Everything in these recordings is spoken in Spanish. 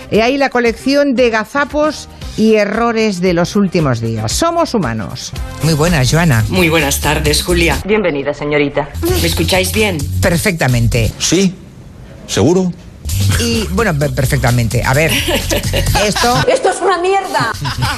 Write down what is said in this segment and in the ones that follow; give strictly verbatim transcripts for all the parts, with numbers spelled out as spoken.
He ahí la colección de gazapos y errores de los últimos días. Somos humanos. Muy buenas, Joana. Muy buenas tardes, Julia. Bienvenida, señorita. ¿Me escucháis bien? Perfectamente. Sí, ¿seguro? Y, bueno, perfectamente. A ver, esto... ¡Esto es una mierda!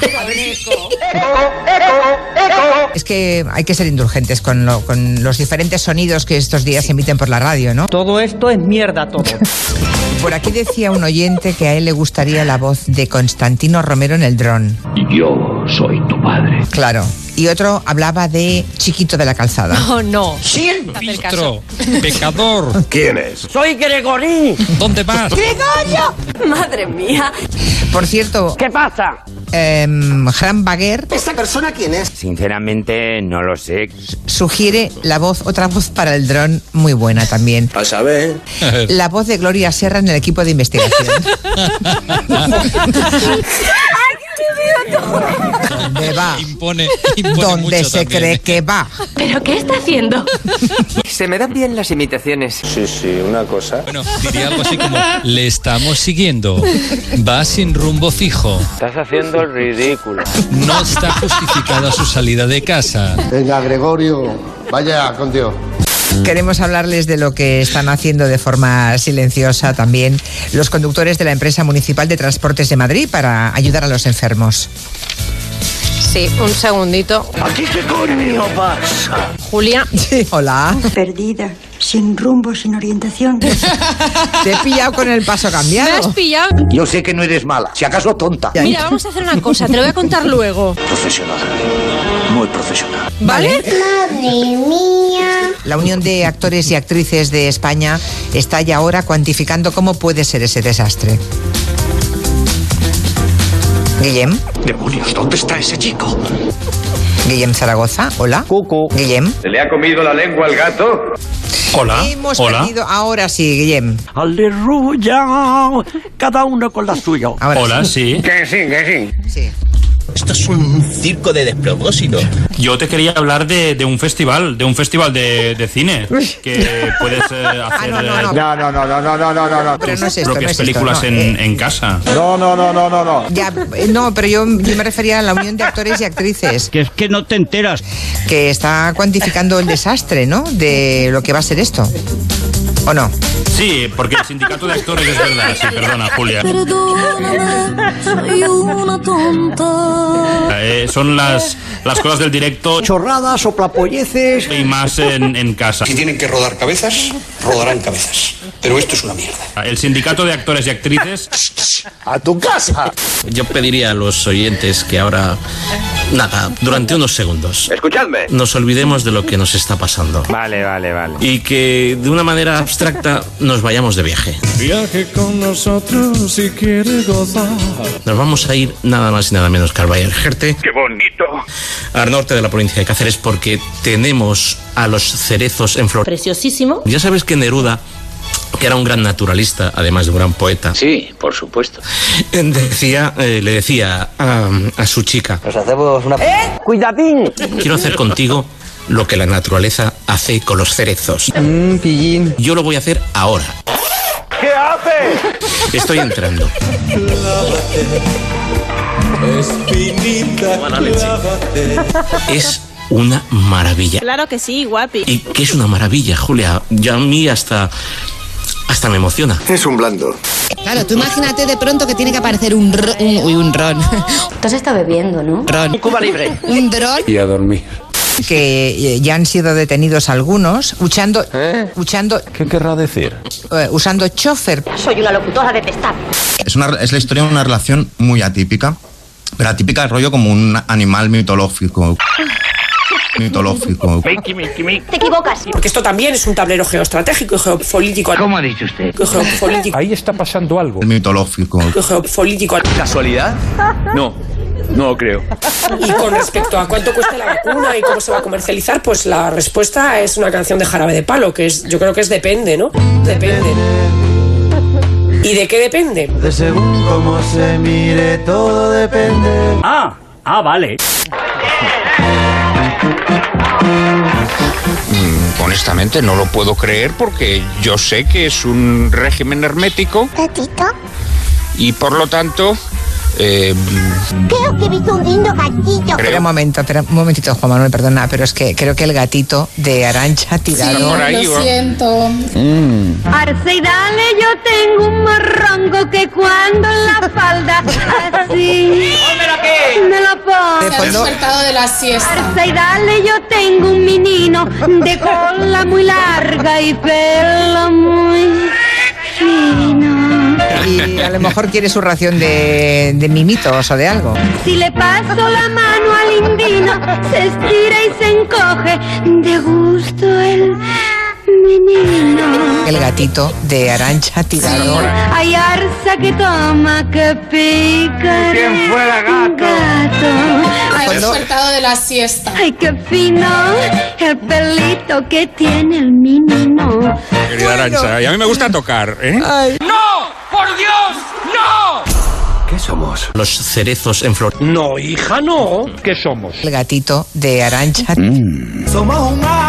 Es que hay que ser indulgentes con, lo, con los diferentes sonidos que estos días se emiten por la radio, ¿no? Todo esto es mierda, todo. Por aquí decía un oyente que a él le gustaría la voz de Constantino Romero en El Dron. Yo soy tu padre. Claro. Y otro hablaba de Chiquito de la Calzada. Oh, no. ¿Sí? Filtro, pecador. ¿Quién es? ¡Soy Gregorín! ¿Dónde vas? ¡Gregorio! ¡Madre mía! Por cierto, ¿Qué pasa? eh, Fran Baguer ¿Esta persona quién es? Sinceramente, no lo sé. sugiere la voz, otra voz para El Dron muy buena también. A saber. La voz de Gloria Serra en el equipo de investigación. ¿Dónde va? Impone, impone ¿Dónde mucho se también, cree ¿eh? que va? ¿Pero qué está haciendo? Se me dan bien las imitaciones. Sí, sí, una cosa. Bueno, diría algo así como, le estamos siguiendo. Va sin rumbo fijo. Estás haciendo el ridículo. No está justificada su salida de casa. Venga, Gregorio, vaya contigo. Queremos hablarles de lo que están haciendo de forma silenciosa también los conductores de la empresa municipal de transportes de Madrid para ayudar a los enfermos. Sí, un segundito. ¿Aquí qué coño pasa? Julia. Sí, hola. Perdida, sin rumbo, sin orientación. Te he pillado con el paso ¿Me has cambiado. pillado? Yo sé que no eres mala, si acaso tonta. Mira, vamos a hacer una cosa, te lo voy a contar luego. Profesional, muy profesional. ¿Vale? Madre mía. La Unión de Actores y Actrices de España está ya ahora cuantificando cómo puede ser ese desastre. Guillem. Demonios, ¿dónde está ese chico? Guillem Zaragoza, hola. Cucu. Guillem. ¿Se le ha comido la lengua al gato? Hola. Hemos Hola. perdido, ahora sí, Guillem. ¡Aleluya! Cada uno con la suya. Ahora Hola, sí. Que sí, que sí. sí. Esto es un circo de despropósito. Yo te quería hablar de, de un festival, de un festival de, de cine, que puedes eh, hacer Ah, no, no, no. No, no, no, no, no, no, no, no. Pero no es esto, no propias es esto, películas no, en, eh, en casa. No, no, no, no, no, no. Ya, eh, no, pero yo, yo me refería a la Unión de Actores y Actrices, Que es que no te enteras. que está cuantificando el desastre, ¿no? De lo que va a ser esto. ¿O no? Sí, porque el sindicato de actores es verdad, sí, perdona, Julia. Soy una tonta. Eh, son las, las cosas del directo Chorradas, soplapolleces. y más en, en casa. Si tienen que rodar cabezas, rodarán cabezas. Pero esto es una mierda. El sindicato de actores y actrices. A tu casa. Yo pediría a los oyentes que ahora, nada, durante unos segundos, Escuchadme. nos olvidemos de lo que nos está pasando. Vale, vale, vale. Y que de una manera abstracta nos vayamos de viaje. Viaje con nosotros si quiere gozar. Nos vamos a ir nada más y nada menos que al Valle del Jerte, ¡Qué bonito! al norte de la provincia de Cáceres, porque tenemos a los cerezos en flor. Preciosísimo. Ya sabes que Neruda, que era un gran naturalista, además de un gran poeta, Sí, por supuesto. decía, eh, le decía a, a su chica: Nos hacemos una... ¡Eh! ¡Cuidadín! quiero hacer contigo lo que la naturaleza hace con los cerezos. Yo lo voy a hacer ahora. ¿Qué hace? Estoy entrando. Es una maravilla. Claro que sí, guapi. ¿Y qué es una maravilla, Julia? Ya a mí hasta... hasta me emociona. Es un blando. Claro, tú imagínate de pronto que tiene que aparecer un, ro- un uy, un ron. Tú has estado bebiendo, ¿no? Ron. Cuba libre. Un dron. Y a dormir. Que eh, ya han sido detenidos algunos, usando, usando, ¿Qué querrá decir? eh, usando chofer. Soy una locutora detestable. Es, una, es la historia de una relación muy atípica, pero atípica el rollo como un animal mitológico. Mitológico. Te equivocas. Porque esto también es un tablero geoestratégico y geopolítico. ¿Cómo ha dicho usted? Geopolítico. Ahí está pasando algo. Mitológico. Geopolítico. ¿Casualidad? No, no creo. Y con respecto a cuánto cuesta la vacuna y cómo se va a comercializar, pues la respuesta es una canción de Jarabe de Palo, que es, yo creo que es depende, ¿no? Depende. ¿Y de qué depende? De según cómo se mire, todo depende. Ah, ah, vale. Mm, honestamente no lo puedo creer porque yo sé que es un régimen hermético Tatito. y por lo tanto... Eh, Creo que he visto un lindo gatito. Espera un momento, espera un momentito, Juan Manuel, perdona, pero es que creo que el gatito de Arantxa Tirado... Sí, por ahí, lo siento. Mm. Arce y dale, yo tengo un morrongo que cuando en la falda así me lo pongo. Se ha despertado de la siesta. Arce y dale, yo tengo un menino de cola muy larga y pelo muy fino. Y a lo mejor quiere su ración de, de mimitos o de algo. Si le paso la mano al indino, se estira y se encoge de gusto el menino. El gatito de Arantxa Tirado. Hay arza que toma, que pica. ¿Quién fuera gato? gato. Se ha Cuando- despertado de la siesta. Ay, qué fino el pelito que tiene el menino. querida Arantxa, y a mí me gusta tocar, ¿eh? Ay. ¿Qué somos? Los cerezos en flor. No, hija, no. ¿Qué somos? El gatito de Arantxa. Somos un